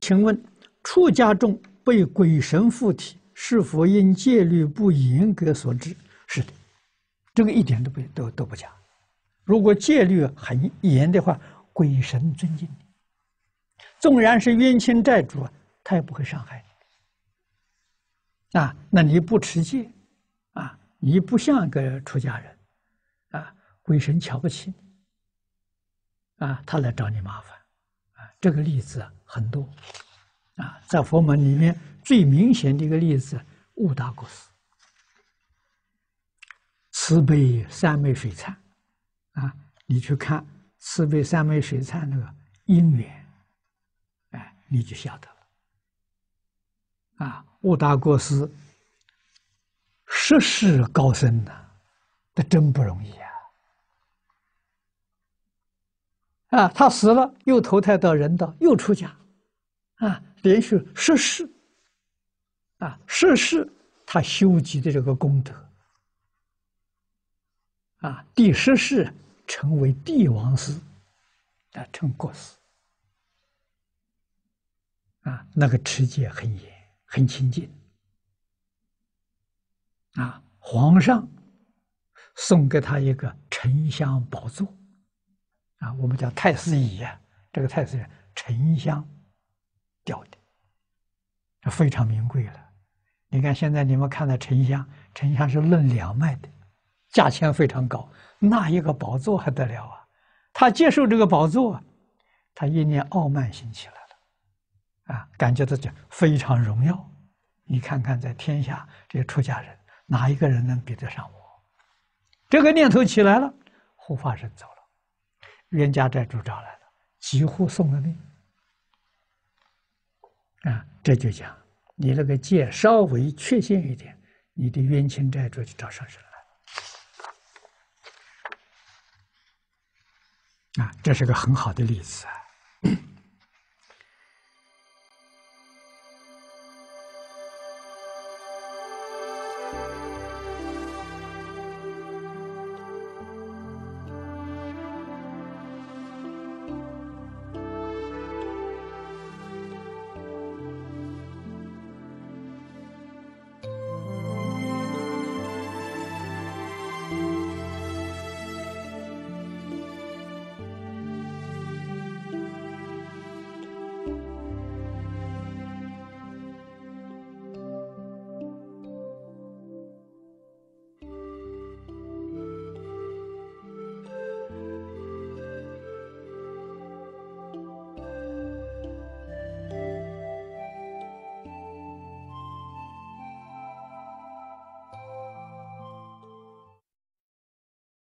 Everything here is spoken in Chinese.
请问，出家众被鬼神附体，是否因戒律不严格所致？是的，这个一点都不假。如果戒律很严的话，鬼神尊敬你，纵然是冤亲债主，他也不会伤害你。那你不持戒，你不像个出家人，鬼神瞧不起你，他来找你麻烦，这个例子很多，在佛门里面最明显的一个例子，悟达国师，慈悲三昧水忏，你去看慈悲三昧水忏那个因缘，你就晓得了。悟达国师涉世高深呐，这真不容易他死了又投胎到人道，又出家，连续10世，10世他修集的这个功德，第10世成为帝王师，成国师，那个持戒很严，很清净，皇上送给他一个沉香宝座，我们叫太师椅这个太师沉香雕的，这非常名贵了。你看现在你们看到沉香是论两卖的，价钱非常高，那一个宝座还得了啊！他接受这个宝座，他一念傲慢心起来了，感觉到这非常荣耀。你看看在天下这些出家人，哪一个人能比得上我？这个念头起来了，护法神走了，冤家债主找来了，几乎送了命。这就讲你那个戒稍微缺陷一点，你的冤亲债主就找上身来了。这是个很好的例子。